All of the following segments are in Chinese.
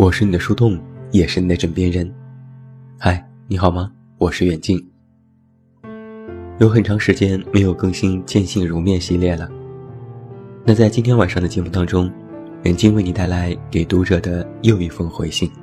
我是你的树洞，也是你的枕边人。嗨，你好吗？我是远近。有很长时间没有更新见信如面系列了。那在今天晚上的节目当中，远近为你带来给读者的又一封回信。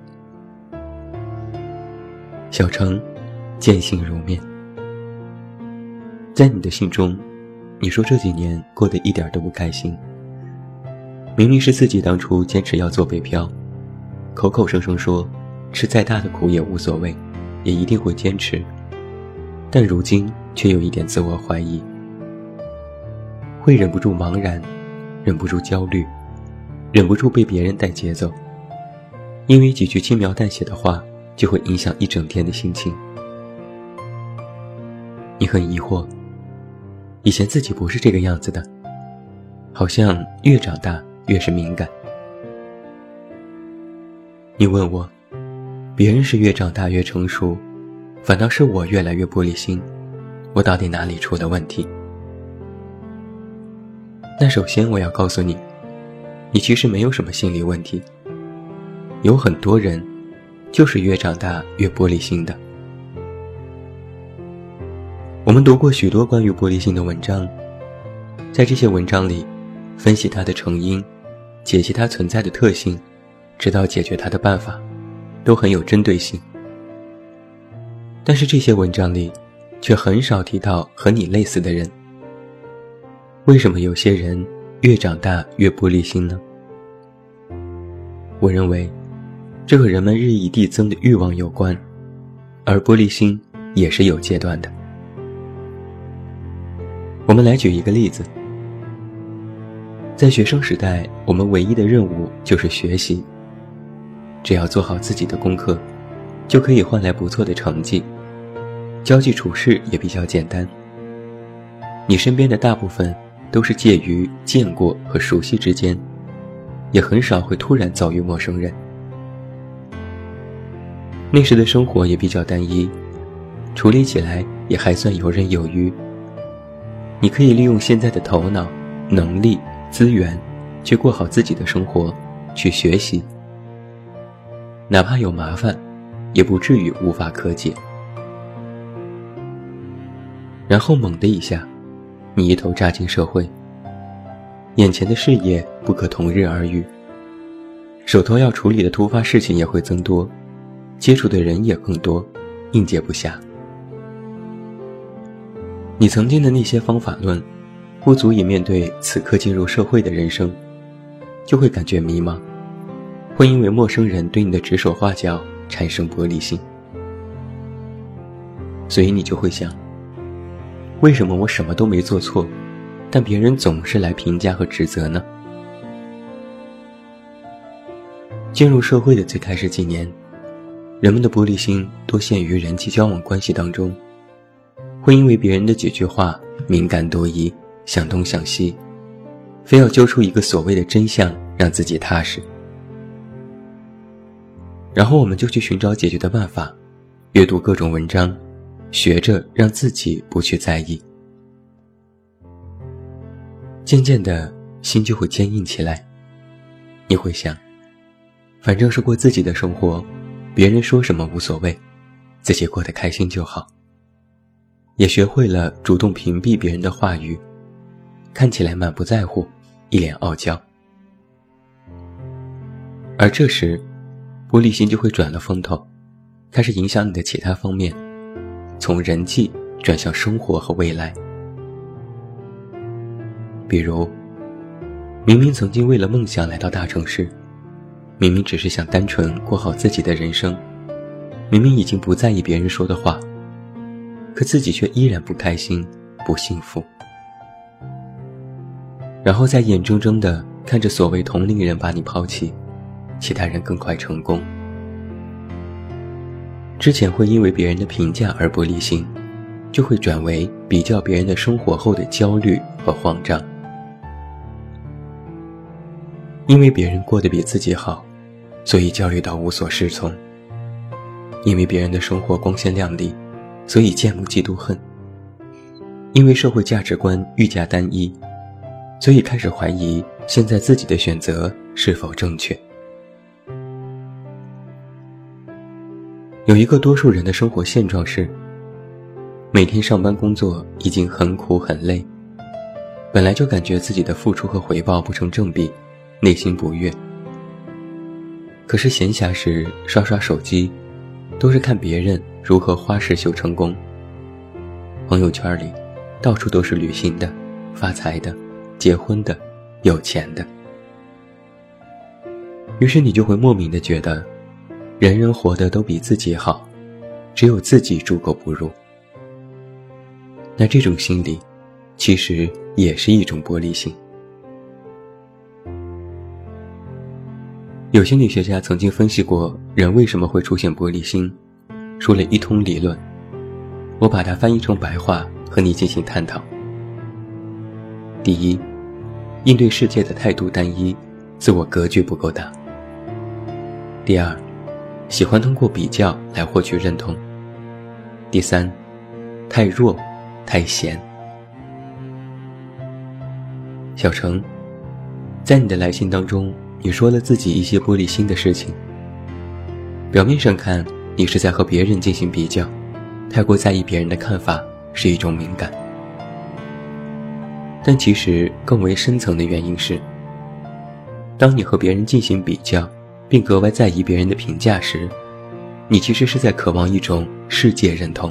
小程，见信如面。在你的信中，你说这几年过得一点都不开心。明明是自己当初坚持要做北漂，口口声声说吃再大的苦也无所谓，也一定会坚持，但如今却有一点自我怀疑，会忍不住茫然，忍不住焦虑，忍不住被别人带节奏，因为几句轻描淡写的话就会影响一整天的心情。你很疑惑，以前自己不是这个样子的，好像越长大越是敏感。你问我，别人是越长大越成熟，反倒是我越来越玻璃心，我到底哪里出了问题？那首先我要告诉你，你其实没有什么心理问题。有很多人就是越长大越玻璃心的。我们读过许多关于玻璃心的文章，在这些文章里分析它的成因，解析它存在的特性，直到解决它的办法，都很有针对性。但是这些文章里却很少提到和你类似的人。为什么有些人越长大越玻璃心呢？我认为这和人们日益递增的欲望有关，而玻璃心也是有阶段的。我们来举一个例子。在学生时代，我们唯一的任务就是学习，只要做好自己的功课，就可以换来不错的成绩，交际处事也比较简单。你身边的大部分都是介于见过和熟悉之间，也很少会突然遭遇陌生人。那时的生活也比较单一，处理起来也还算游刃有余。你可以利用现在的头脑、能力、资源去过好自己的生活，去学习，哪怕有麻烦也不至于无法可解。然后猛的一下，你一头扎进社会，眼前的事业不可同日而语，手头要处理的突发事情也会增多，接触的人也更多，应接不暇。你曾经的那些方法论不足以面对此刻进入社会的人生，就会感觉迷茫，会因为陌生人对你的指手画脚产生玻璃心。所以你就会想，为什么我什么都没做错，但别人总是来评价和指责呢？进入社会的最开始几年，人们的玻璃心多陷于人际交往关系当中，会因为别人的几句话敏感多疑，想东想西，非要揪出一个所谓的真相让自己踏实。然后我们就去寻找解决的办法，阅读各种文章，学着让自己不去在意。渐渐的，心就会坚硬起来。你会想，反正是过自己的生活，别人说什么无所谓，自己过得开心就好。也学会了主动屏蔽别人的话语，看起来满不在乎，一脸傲娇。而这时，玻璃心就会转了风头，开始影响你的其他方面，从人际转向生活和未来。比如，明明曾经为了梦想来到大城市，明明只是想单纯过好自己的人生，明明已经不在意别人说的话，可自己却依然不开心，不幸福。然后再眼睁睁地看着所谓同龄人把你抛弃，其他人更快成功。之前会因为别人的评价而玻璃心，就会转为比较别人的生活后的焦虑和慌张。因为别人过得比自己好，所以焦虑到无所适从。因为别人的生活光鲜亮丽，所以羡慕嫉妒恨。因为社会价值观愈加单一，所以开始怀疑现在自己的选择是否正确。 有一个多数人的生活现状是，每天上班工作已经很苦很累，本来就感觉自己的付出和回报不成正比，内心不悦。可是闲暇时刷刷手机，都是看别人如何花式秀成功。朋友圈里到处都是旅行的、发财的、结婚的、有钱的。于是你就会莫名地觉得，人人活得都比自己好，只有自己猪狗不如。那这种心理其实也是一种玻璃心。有心理学家曾经分析过人为什么会出现玻璃心，说了一通理论，我把它翻译成白话和你进行探讨。第一，应对世界的态度单一，自我格局不够大。第二，喜欢通过比较来获取认同。第三，太弱太闲。小程，在你的来信当中，你说了自己一些玻璃心的事情。表面上看，你是在和别人进行比较，太过在意别人的看法，是一种敏感。但其实更为深层的原因是，当你和别人进行比较，并格外在意别人的评价时，你其实是在渴望一种世界认同。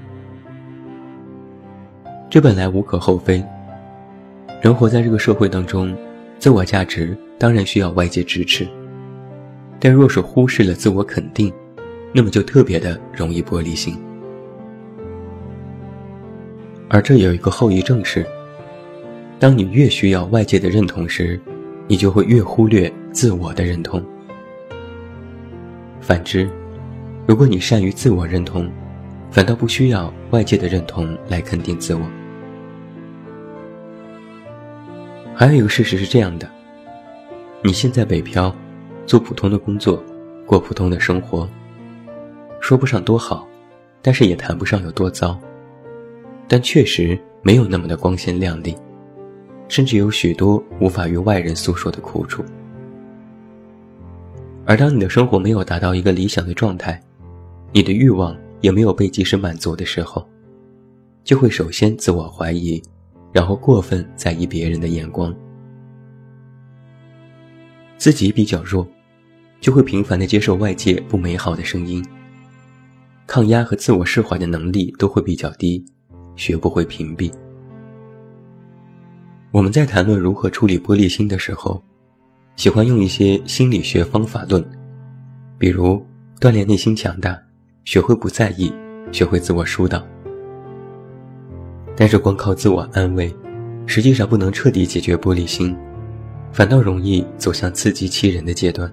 这本来无可厚非，人活在这个社会当中，自我价值当然需要外界支持，但若是忽视了自我肯定，那么就特别的容易玻璃心。而这有一个后遗症是，当你越需要外界的认同时，你就会越忽略自我的认同。反之，如果你善于自我认同，反倒不需要外界的认同来肯定自我。还有一个事实是这样的，你现在北漂，做普通的工作，过普通的生活，说不上多好，但是也谈不上有多糟，但确实没有那么的光鲜亮丽，甚至有许多无法与外人诉说的苦楚。而当你的生活没有达到一个理想的状态，你的欲望也没有被及时满足的时候，就会首先自我怀疑，然后过分在意别人的眼光。自己比较弱，就会频繁地接受外界不美好的声音，抗压和自我释怀的能力都会比较低，学不会屏蔽。我们在谈论如何处理玻璃心的时候，喜欢用一些心理学方法论，比如锻炼内心强大，学会不在意，学会自我疏导。但是光靠自我安慰，实际上不能彻底解决玻璃心，反倒容易走向自欺欺人的阶段。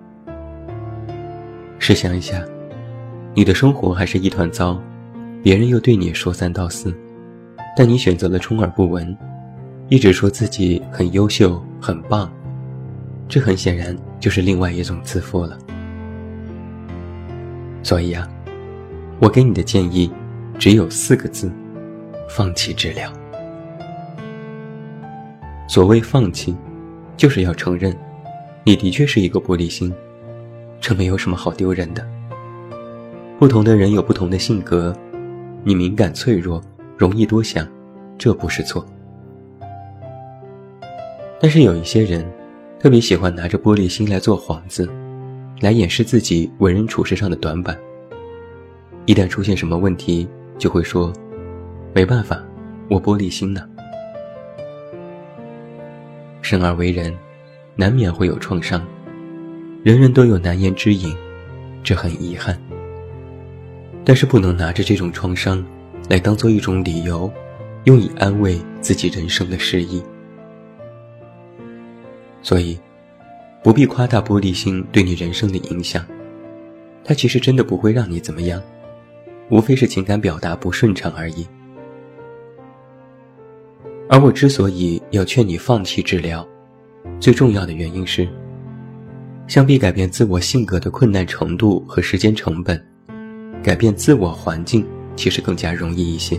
试想一下，你的生活还是一团糟，别人又对你说三道四，但你选择了充耳不闻，一直说自己很优秀很棒，这很显然就是另外一种自负了。所以啊，我给你的建议只有4个字：放弃治疗。所谓放弃，就是要承认你的确是一个玻璃心，这没有什么好丢人的。不同的人有不同的性格，你敏感脆弱，容易多想，这不是错。但是有一些人特别喜欢拿着玻璃心来做幌子，来掩饰自己为人处事上的短板。一旦出现什么问题，就会说没办法，我玻璃心呢。生而为人，难免会有创伤，人人都有难言之隐，这很遗憾。但是不能拿着这种创伤来当做一种理由，用以安慰自己人生的失意。所以不必夸大玻璃心对你人生的影响，它其实真的不会让你怎么样，无非是情感表达不顺畅而已。而我之所以要劝你放弃治疗，最重要的原因是，相比改变自我性格的困难程度和时间成本，改变自我环境其实更加容易一些。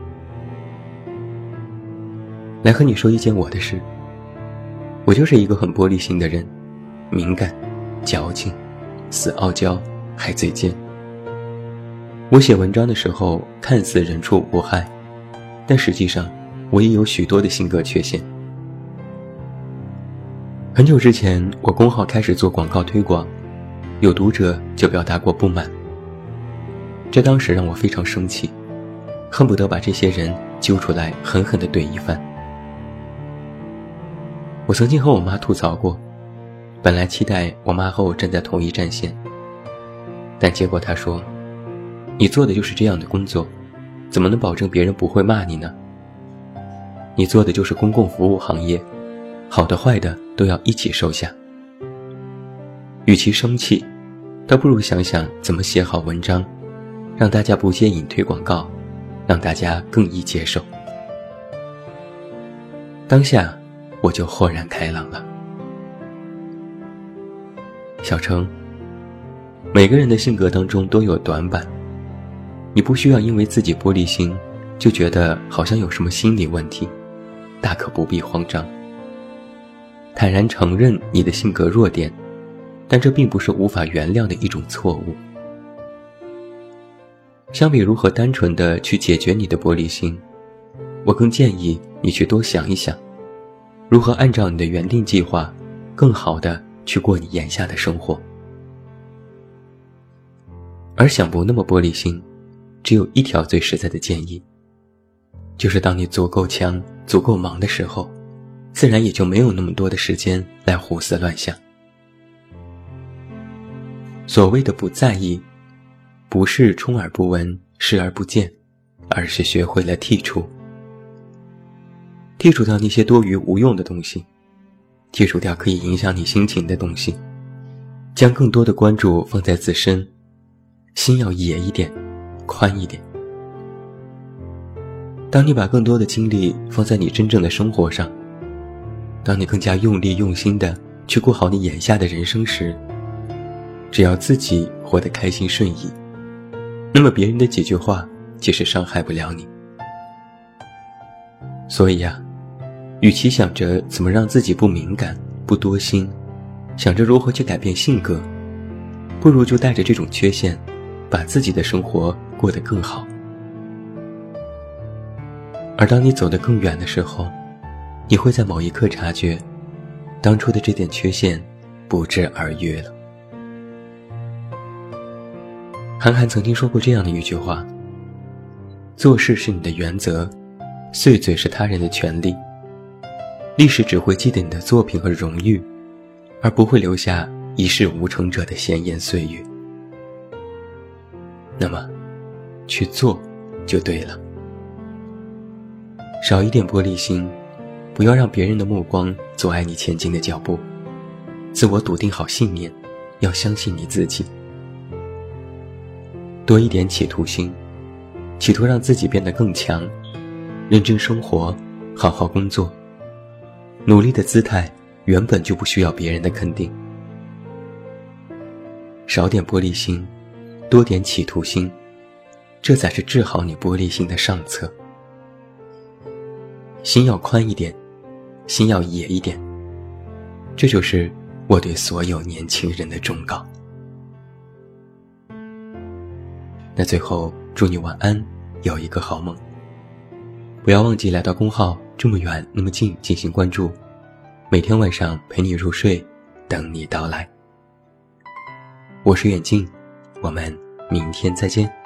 来和你说一件我的事，我就是一个很玻璃心的人，敏感、矫情、死傲娇，还嘴贱。 我写文章的时候看似人畜无害，但实际上我也有许多的性格缺陷。很久之前，我公号开始做广告推广，有读者就表达过不满，这当时让我非常生气，恨不得把这些人揪出来狠狠地怼一番。我曾经和我妈吐槽过，本来期待我妈和我站在同一战线，但结果她说，你做的就是这样的工作，怎么能保证别人不会骂你呢？你做的就是公共服务行业，好的坏的都要一起收下。与其生气，倒不如想想怎么写好文章，让大家不介意推广告，让大家更易接受。当下我就豁然开朗了。小程，每个人的性格当中都有短板，你不需要因为自己玻璃心就觉得好像有什么心理问题，大可不必慌张。坦然承认你的性格弱点，但这并不是无法原谅的一种错误。相比如何单纯地去解决你的玻璃心，我更建议你去多想一想，如何按照你的原定计划，更好地去过你眼下的生活。而想不那么玻璃心，只有一条最实在的建议，就是当你足够强、足够忙的时候，自然也就没有那么多的时间来胡思乱想。所谓的不在意，不是充耳不闻、视而不见，而是学会了剔除。剔除掉那些多余无用的东西，剔除掉可以影响你心情的东西，将更多的关注放在自身，心要野一点，宽一点。当你把更多的精力放在你真正的生活上，当你更加用力用心地去过好你眼下的人生时，只要自己活得开心顺意，那么别人的几句话其实伤害不了你。所以呀，与其想着怎么让自己不敏感、不多心，想着如何去改变性格，不如就带着这种缺陷，把自己的生活过得更好。而当你走得更远的时候，你会在某一刻察觉，当初的这点缺陷不治而愈了。韩寒曾经说过这样的一句话，做事是你的原则，碎嘴是他人的权利，历史只会记得你的作品和荣誉，而不会留下一事无成者的闲言碎语。那么去做就对了，少一点玻璃心，不要让别人的目光阻碍你前进的脚步，自我笃定好信念，要相信你自己。多一点企图心，企图让自己变得更强，认真生活，好好工作，努力的姿态原本就不需要别人的肯定。少点玻璃心，多点企图心，这才是治好你玻璃心的上策。心要宽一点，心要野一点，这就是我对所有年轻人的忠告。那最后祝你晚安，有一个好梦。不要忘记来到公号这么远那么近进行关注，每天晚上陪你入睡，等你到来。我是远近，我们明天再见。